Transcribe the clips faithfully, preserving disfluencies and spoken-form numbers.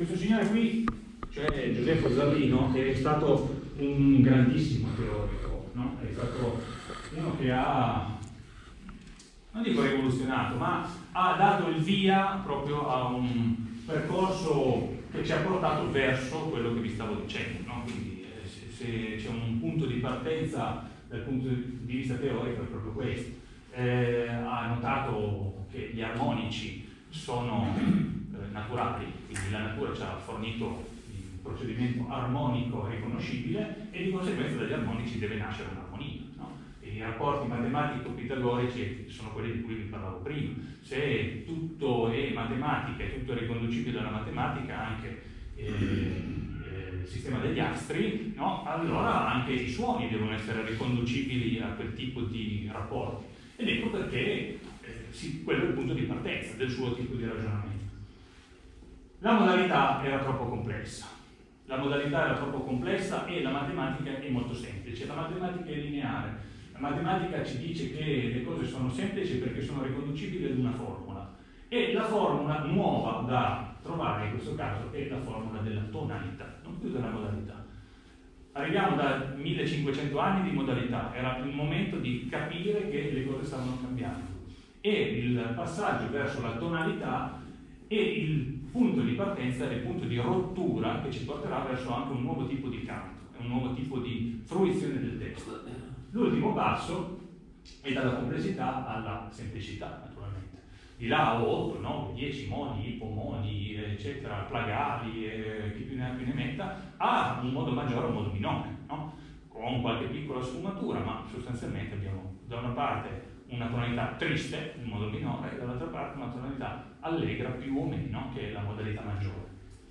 Questo signore qui, cioè Giuseppe Zarlino, è stato un grandissimo teorico, no? È stato uno che ha, non dico rivoluzionato, ma ha dato il via proprio a un percorso che ci ha portato verso quello che vi stavo dicendo, no? Quindi eh, se, se c'è un punto di partenza dal punto di vista teorico è proprio questo. Eh, ha notato che gli armonici sono eh, naturali, quindi la natura ci ha fornito il procedimento armonico riconoscibile e di conseguenza dagli armonici deve nascere un'armonia, no? E i rapporti matematico-pitagorici sono quelli di cui vi parlavo prima. Se tutto è matematica e tutto è riconducibile alla matematica, anche eh, eh, il sistema degli astri, no? Allora anche i suoni devono essere riconducibili a quel tipo di rapporti. Ed ecco perché eh, sì, quello è il punto di partenza del suo tipo di ragionamento. La modalità era troppo complessa. La modalità era troppo complessa e la matematica è molto semplice. La matematica è lineare. La matematica ci dice che le cose sono semplici perché sono riconducibili ad una formula. E la formula nuova da trovare in questo caso è la formula della tonalità, non più della modalità. Arriviamo da millecinquecento anni di modalità, era il momento di capire che le cose stavano cambiando. E il passaggio verso la tonalità è il punto di partenza, è il punto di rottura che ci porterà verso anche un nuovo tipo di canto, un nuovo tipo di fruizione del testo. L'ultimo passo è dalla complessità alla semplicità, naturalmente. Di là a otto, nove, dieci modi, ipomodi, eccetera, plagali, eh, chi più ne ha più ne metta, ha un modo maggiore e un modo minore, no? Con qualche piccola sfumatura, ma sostanzialmente abbiamo da una parte una tonalità triste, il modo minore, e dall'altra parte una tonalità allegra più o meno, che è la modalità maggiore.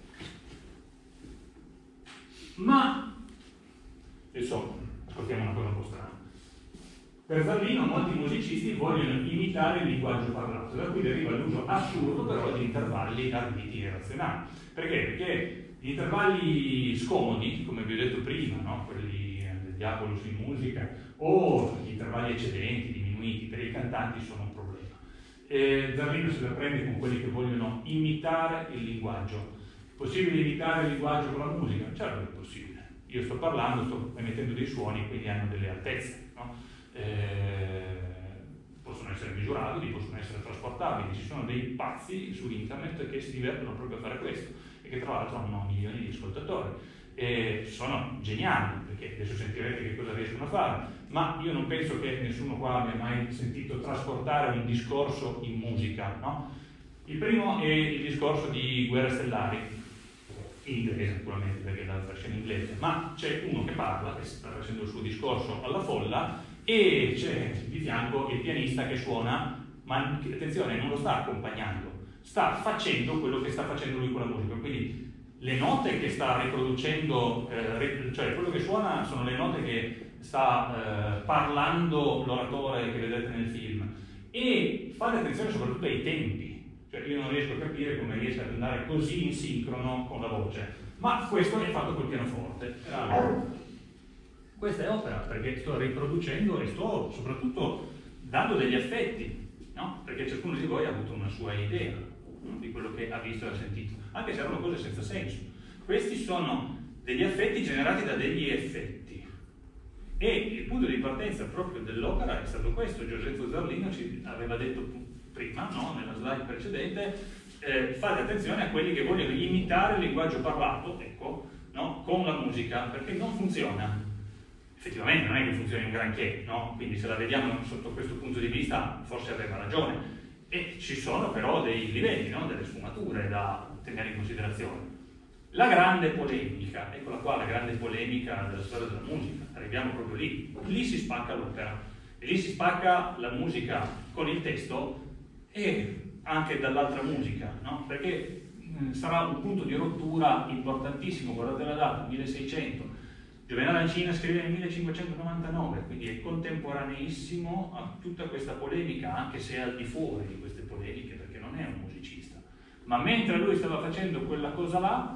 Ma, adesso ascoltiamo una cosa un po' strana. Per Zarlino molti musicisti vogliono imitare il linguaggio parlato, da cui deriva l'uso assurdo però di intervalli arditi e razionali. Perché? Perché gli intervalli scomodi, come vi ho detto prima, no? Quelli del Diabolus in musica, o gli intervalli eccedenti, diminuiti, per i cantanti sono un problema. E Zarlino se la prende con quelli che vogliono imitare il linguaggio. È possibile imitare il linguaggio con la musica? Certo che è possibile. Io sto parlando, sto emettendo dei suoni, quindi hanno delle altezze, no? Eh, possono essere misurabili, possono essere trasportabili. Ci sono dei pazzi su internet che si divertono proprio a fare questo e che tra l'altro hanno milioni di ascoltatori e sono geniali, perché adesso sentirete che cosa riescono a fare, ma io non penso che nessuno qua abbia mai sentito trasportare un discorso in musica, no? Il primo è il discorso di Guerre Stellari, in inglese naturalmente, perché è la versione inglese, ma c'è uno che parla, che sta facendo il suo discorso alla folla, e c'è di fianco il pianista che suona, ma attenzione, non lo sta accompagnando, sta facendo quello che sta facendo lui con la musica, quindi le note che sta riproducendo, eh, cioè quello che suona sono le note che sta eh, parlando l'oratore che vedete nel film, e fate attenzione soprattutto ai tempi, cioè io non riesco a capire come riesca ad andare così in sincrono con la voce, ma questo è fatto col pianoforte. Allora, questa è opera perché sto riproducendo e sto soprattutto dando degli affetti, no? Perché ciascuno di voi ha avuto una sua idea, no? Di quello che ha visto e ha sentito, anche se erano cose senza senso. Questi sono degli affetti generati da degli effetti e il punto di partenza proprio dell'opera è stato questo. Giuseppe Zarlino ci aveva detto prima, no? Nella slide precedente, eh, fate attenzione a quelli che vogliono imitare il linguaggio parlato, ecco, no? Con la musica, perché non funziona. Effettivamente non è che funzioni un granché, no? Quindi se la vediamo sotto questo punto di vista forse aveva ragione. E ci sono però dei livelli, no? Delle sfumature da tenere in considerazione. La grande polemica, eccola qua la grande polemica della storia della musica, arriviamo proprio lì. Lì si spacca l'opera, e lì si spacca la musica con il testo e anche dall'altra musica, no? Perché mh, sarà un punto di rottura importantissimo, guardate la data, milleseicento. Juvenal Ancina scrive nel millecinquecentonovantanove, quindi è contemporaneissimo a tutta questa polemica, anche se è al di fuori di queste polemiche, perché non è un musicista. Ma mentre lui stava facendo quella cosa là,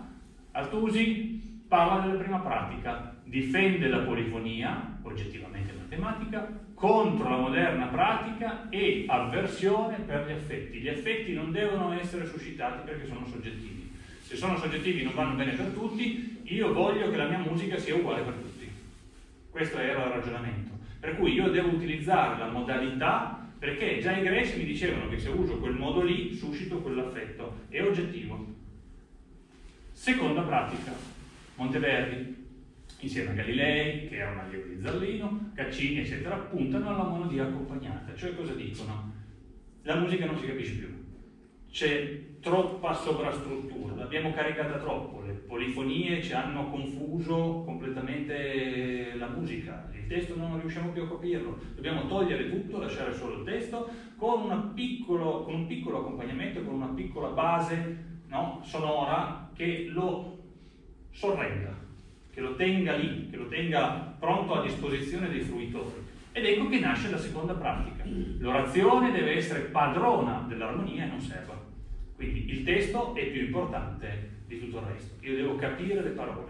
Artusi parla della prima pratica, difende la polifonia, oggettivamente matematica, contro la moderna pratica e avversione per gli affetti. Gli affetti non devono essere suscitati perché sono soggettivi. Se sono soggettivi non vanno bene per tutti, io voglio che la mia musica sia uguale per tutti. Questo era il ragionamento. Per cui io devo utilizzare la modalità, perché già i greci mi dicevano che se uso quel modo lì suscito quell'affetto. È oggettivo. Seconda pratica, Monteverdi, insieme a Galilei, che era un allievo di Zallino, Caccini, eccetera, puntano alla monodia accompagnata. Cioè cosa dicono? La musica non si capisce più. C'è troppa sovrastruttura, l'abbiamo caricata troppo, le polifonie ci hanno confuso completamente la musica, il testo non riusciamo più a capirlo, dobbiamo togliere tutto, lasciare solo il testo con, una piccolo, con un piccolo accompagnamento, con una piccola base, no, sonora che lo sorregga, che lo tenga lì, che lo tenga pronto a disposizione dei fruitori. Ed ecco che nasce la seconda pratica. L'orazione deve essere padrona dell'armonia e non serva. Quindi il testo è più importante di tutto il resto. Io devo capire le parole.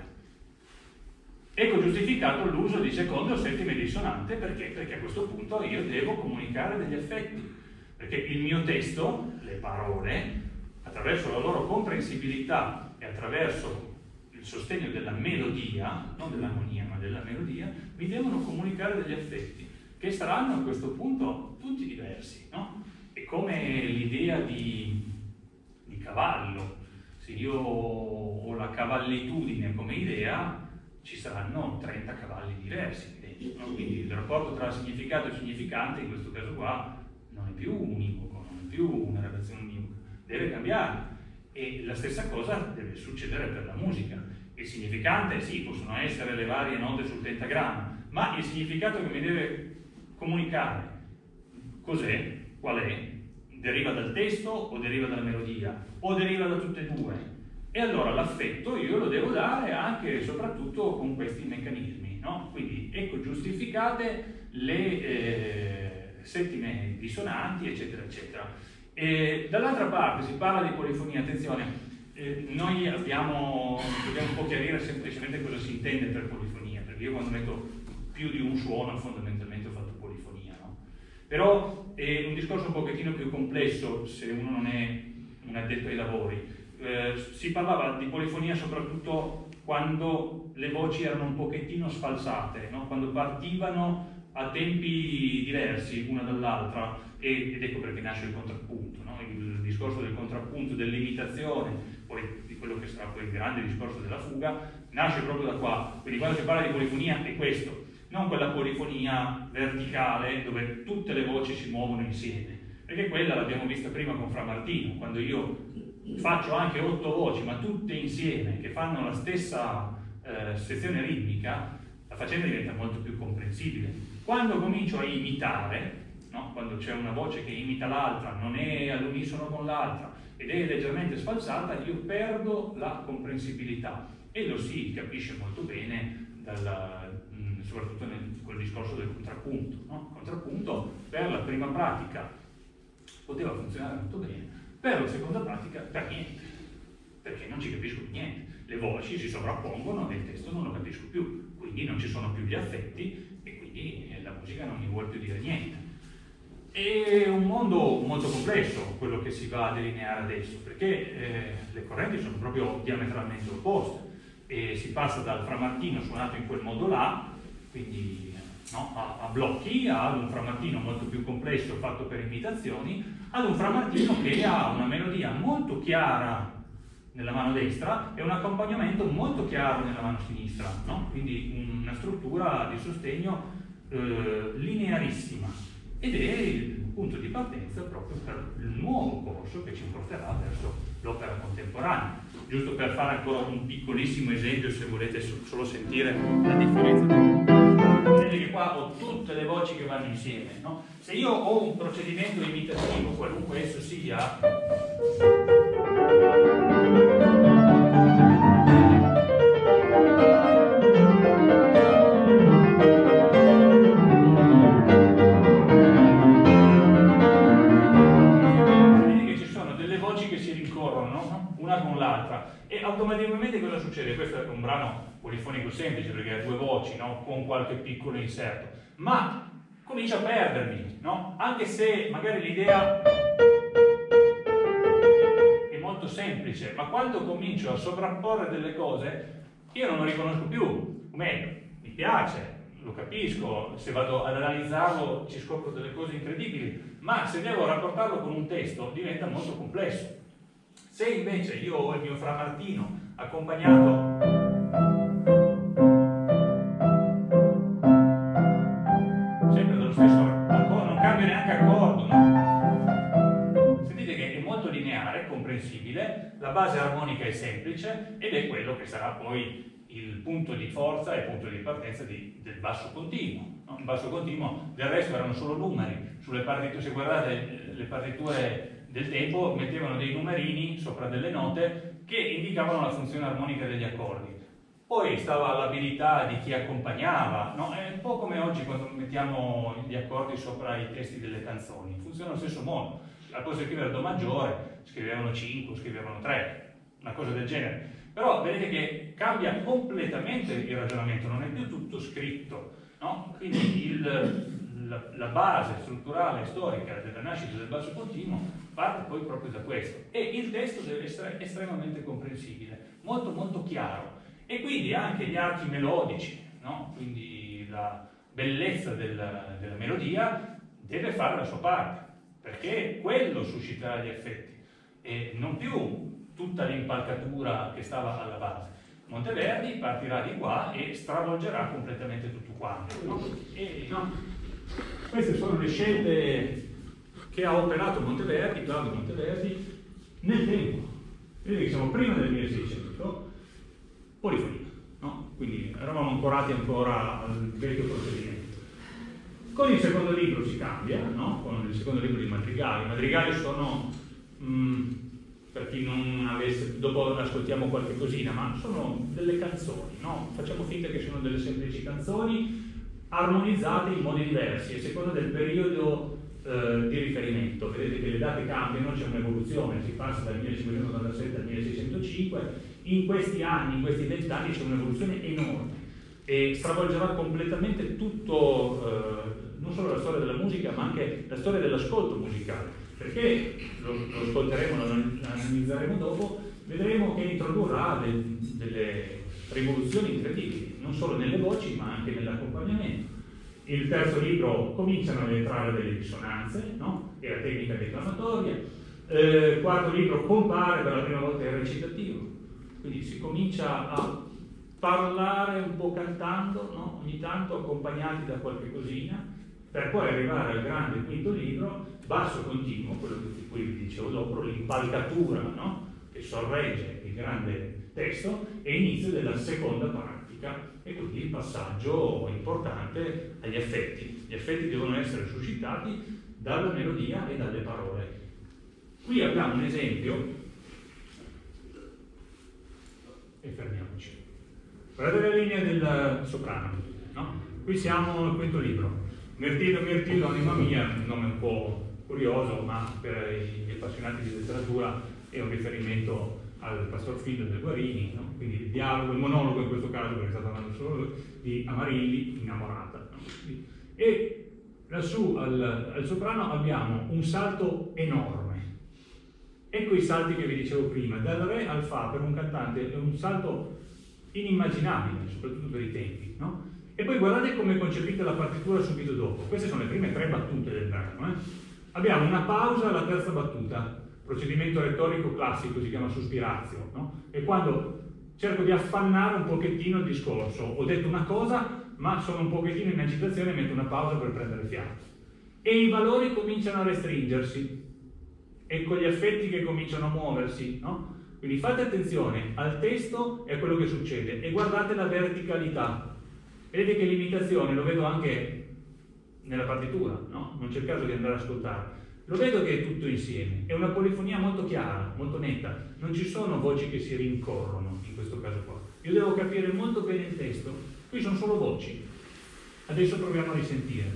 Ecco giustificato l'uso di seconde o settime dissonante, perché? Perché a questo punto io devo comunicare degli effetti. Perché il mio testo, le parole, attraverso la loro comprensibilità e attraverso il sostegno della melodia, non dell'armonia ma della melodia, mi devono comunicare degli effetti che saranno a questo punto tutti diversi, no? È come l'idea di, di cavallo. Se io ho la cavallitudine come idea, ci saranno trenta cavalli diversi, no? Quindi il rapporto tra significato e significante in questo caso qua non è più univoco, non è più una relazione univoca, deve cambiare. E la stessa cosa deve succedere per la musica. Il significante, sì, possono essere le varie note sul pentagramma, ma il significato che mi deve comunicare cos'è, qual è, deriva dal testo o deriva dalla melodia o deriva da tutte e due. E allora l'affetto io lo devo dare anche e soprattutto con questi meccanismi, no? Quindi ecco giustificate le eh, settime dissonanti, eccetera, eccetera. E dall'altra parte si parla di polifonia, attenzione, eh, noi abbiamo, dobbiamo un po' chiarire semplicemente cosa si intende per polifonia, perché io quando metto più di un suono fondamentalmente ho fatto polifonia, no? Però è un discorso un pochettino più complesso se uno non è un addetto ai lavori. Eh, si parlava di polifonia soprattutto quando le voci erano un pochettino sfalsate, no? Quando partivano a tempi diversi una dall'altra, ed ecco perché nasce il contrappunto, no? Il discorso del contrappunto, dell'imitazione, poi di quello che sarà poi il grande discorso della fuga, nasce proprio da qua. Quindi quando si parla di polifonia è questo, non quella polifonia verticale dove tutte le voci si muovono insieme, perché quella l'abbiamo vista prima con Fra Martino, quando io faccio anche otto voci ma tutte insieme che fanno la stessa eh, sezione ritmica, la faccenda diventa molto più comprensibile. Quando comincio a imitare, no? Quando c'è una voce che imita l'altra, non è all'unisono con l'altra ed è leggermente sfalsata, io perdo la comprensibilità e lo si capisce molto bene dalla, mh, soprattutto nel quel discorso del contrappunto, no? Il contrappunto per la prima pratica poteva funzionare molto bene, per la seconda pratica per niente, perché non ci capisco più niente, le voci si sovrappongono e il testo non lo capisco più, quindi non ci sono più gli affetti e quindi la musica non mi vuole più dire niente. È un mondo molto complesso quello che si va a delineare adesso, perché eh, le correnti sono proprio diametralmente opposte e si passa dal framartino suonato in quel modo là, quindi no, a, a blocchi, ad un framartino molto più complesso fatto per imitazioni, ad un framartino che ha una melodia molto chiara nella mano destra e un accompagnamento molto chiaro nella mano sinistra, no? Quindi una struttura di sostegno eh, linearissima, ed è il punto di partenza proprio per il nuovo corso che ci porterà verso l'opera contemporanea. Giusto per fare ancora un piccolissimo esempio, se volete solo sentire la differenza. Vedete che qua ho tutte le voci che vanno insieme, no? Se io ho un procedimento imitativo, qualunque esso sia, una con l'altra, e automaticamente cosa succede? Questo è un brano polifonico semplice perché ha due voci, no? Con qualche piccolo inserto, ma comincia a perdermi, no? Anche se magari l'idea è molto semplice. semplice, ma quando comincio a sovrapporre delle cose, io non lo riconosco più, o meglio, mi piace, lo capisco, se vado ad analizzarlo ci scopro delle cose incredibili, ma se devo rapportarlo con un testo diventa molto complesso. Se invece io ho il mio Fra Martino accompagnato sempre dallo stesso accordo, non cambia neanche accordo, no? Sentite che è molto lineare, comprensibile, la base armonica è semplice ed è quello che sarà poi il punto di forza e il punto di partenza di, del basso continuo. No? Il basso continuo del resto erano solo numeri. Sulle partiture, se guardate le partiture del tempo, mettevano dei numerini sopra delle note che indicavano la funzione armonica degli accordi. Poi stava all'abilità di chi accompagnava, no? È un po' come oggi quando mettiamo gli accordi sopra i testi delle canzoni, funziona allo stesso modo. Al posto di scrivere Do maggiore, scrivevano cinque, scrivevano tre, una cosa del genere. Però vedete che cambia completamente il ragionamento, non è più tutto scritto, no? Quindi il, la, la base strutturale storica della nascita del basso continuo parte poi proprio da questo. E il testo deve essere estremamente comprensibile, molto molto chiaro. E quindi anche gli archi melodici, no? Quindi la bellezza del, della melodia deve fare la sua parte, perché quello susciterà gli effetti, e non più tutta l'impalcatura che stava alla base. Monteverdi partirà di qua e stravolgerà completamente tutto quanto. No? E, no. Queste sono le scelte che ha operato Monteverdi, Claudio Monteverdi, nel tempo. Vedete che siamo prima del milleseicento, polifonia, no? Quindi eravamo ancorati ancora al vecchio procedimento. Con il secondo libro si cambia, no? Con il secondo libro di Madrigali. I Madrigali sono... Mh, per chi non avesse, dopo ascoltiamo qualche cosina, ma sono delle canzoni, no? Facciamo finta che siano delle semplici canzoni armonizzate in modi diversi a seconda del periodo eh, di riferimento. Vedete che le date cambiano, c'è un'evoluzione, si passa dal millecinquecentottantasette al milleseicentocinque, in questi anni, in questi vent'anni c'è un'evoluzione enorme e stravolgerà completamente tutto, eh, non solo la storia della musica, ma anche la storia dell'ascolto musicale. Perché lo, lo ascolteremo, lo analizzeremo dopo, vedremo che introdurrà de, delle rivoluzioni incredibili, non solo nelle voci ma anche nell'accompagnamento. Il terzo libro cominciano ad entrare delle dissonanze, no? E la tecnica declamatoria. Eh, il quarto libro compare per la prima volta il recitativo, quindi si comincia a parlare un po' cantando, no? Ogni tanto accompagnati da qualche cosina, per poi arrivare al grande quinto libro, basso continuo, quello di cui vi dicevo dopo, l'impalcatura, no? Che sorregge il grande testo, e inizio della seconda pratica, e quindi il passaggio importante agli effetti. Gli effetti devono essere suscitati dalla melodia e dalle parole. Qui abbiamo un esempio, e fermiamoci. Guardate la linea del soprano, no? Qui siamo al quinto libro. Mirtillo, Mirtillo, anima mia, un nome un po' curioso, ma per gli appassionati di letteratura è un riferimento al Pastor Figlio del Guarini, no? Quindi il dialogo, il monologo in questo caso, perché sta parlando solo lui, di Amarilli, innamorata. No? E lassù al, al soprano abbiamo un salto enorme. Ecco i salti che vi dicevo prima, dal Re al Fa per un cantante è un salto inimmaginabile, soprattutto per i tempi, no? E poi guardate come è concepita la partitura subito dopo. Queste sono le prime tre battute del brano. Eh? Abbiamo una pausa alla terza battuta, procedimento retorico classico, si chiama sospirazio, no? E quando cerco di affannare un pochettino il discorso, ho detto una cosa, ma sono un pochettino in agitazione e metto una pausa per prendere fiato. E i valori cominciano a restringersi, ecco gli affetti che cominciano a muoversi, no? Quindi fate attenzione al testo e a quello che succede, e guardate la verticalità. Vedete che l'imitazione, lo vedo anche nella partitura, no? Non c'è il caso di andare ad ascoltare. Lo vedo che è tutto insieme, è una polifonia molto chiara, molto netta, non ci sono voci che si rincorrono in questo caso qua. Io devo capire molto bene il testo, qui sono solo voci. Adesso proviamo a risentire.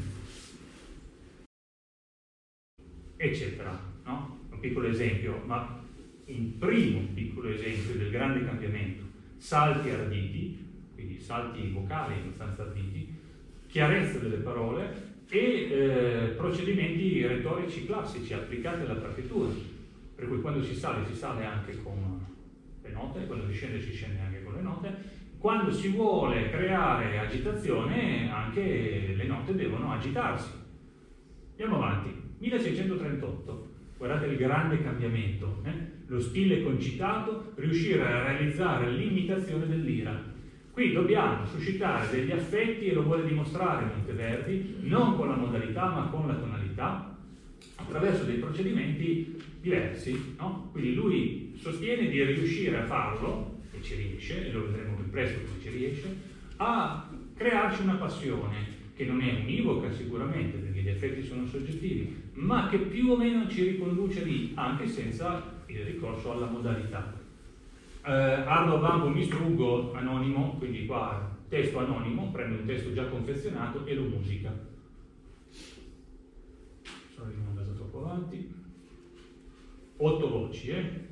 Eccetera, no? Un piccolo esempio, ma un primo piccolo esempio del grande cambiamento. Salti arditi, quindi salti vocali abbastanza arditi, chiarezza delle parole e eh, procedimenti retorici classici applicati alla partitura. per cui quando si sale si sale anche con le note, quando si scende si scende anche con le note. Quando si vuole creare agitazione anche le note devono agitarsi. Andiamo avanti, milleseicentotrentotto, guardate il grande cambiamento, eh? Lo stile concitato, riuscire a realizzare l'imitazione dell'ira. Qui dobbiamo suscitare degli affetti e lo vuole dimostrare Monteverdi, non con la modalità ma con la tonalità, attraverso dei procedimenti diversi, no? Quindi lui sostiene di riuscire a farlo, e ci riesce, e lo vedremo più presto come ci riesce, a crearci una passione che non è univoca sicuramente, perché gli effetti sono soggettivi, ma che più o meno ci riconduce lì, anche senza il ricorso alla modalità. Eh, Ardo Bambo Mistruggo, anonimo, quindi qua testo anonimo, prende un testo già confezionato e lo musica. Sono andato troppo avanti. Otto voci, eh?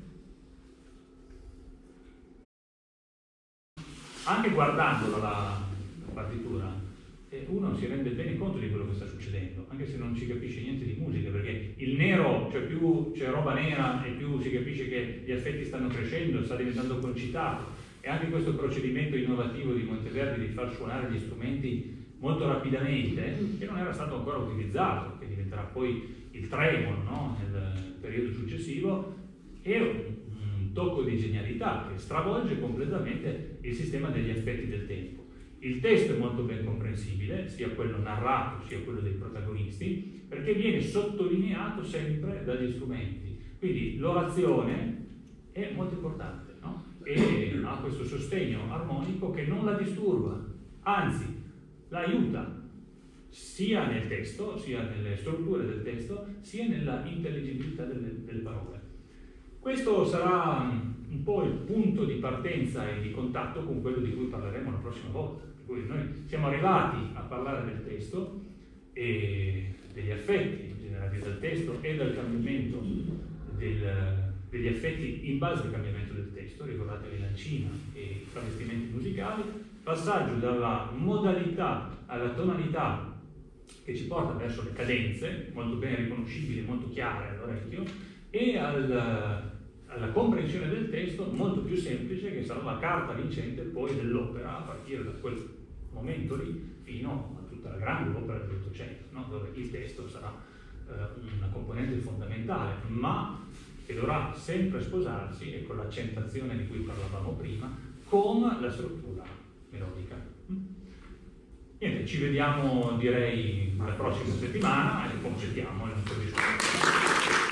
Anche guardando la, la partitura, eh, uno si rende bene conto di quello che sta succedendo, anche se non si capisce niente di musica, perché il nero, cioè più c'è roba nera e più si capisce che gli effetti stanno crescendo, sta diventando concitato. E anche questo procedimento innovativo di Monteverdi di far suonare gli strumenti molto rapidamente, che non era stato ancora utilizzato, che diventerà poi il tremolo, no? Nel periodo successivo, è un, un tocco di genialità che stravolge completamente il sistema degli effetti del tempo. Il testo è molto ben comprensibile, sia quello narrato sia quello dei protagonisti, perché viene sottolineato sempre dagli strumenti. Quindi l'orazione è molto importante, no? E ha questo sostegno armonico che non la disturba, anzi la aiuta sia nel testo, sia nelle strutture del testo, sia nella intelligibilità delle, delle parole. Questo sarà un po' il punto di partenza e di contatto con quello di cui parleremo la prossima volta. Per cui noi siamo arrivati a parlare del testo e degli effetti generati dal testo e dal cambiamento del, degli effetti in base al cambiamento del testo, ricordatevi l'ancina e i travestimenti musicali, passaggio dalla modalità alla tonalità che ci porta verso le cadenze, molto ben riconoscibili, molto chiare all'orecchio, e al, alla comprensione del testo molto più semplice, che sarà la carta vincente poi dell'opera, a partire da quel momento lì fino a tutta la grande opera dell'Ottocento, no? Dove il testo sarà eh, una componente fondamentale, ma che dovrà sempre sposarsi, e con l'accentazione di cui parlavamo prima, con la struttura melodica. Niente, ci vediamo direi la prossima settimana e completiamo il nostro discorso.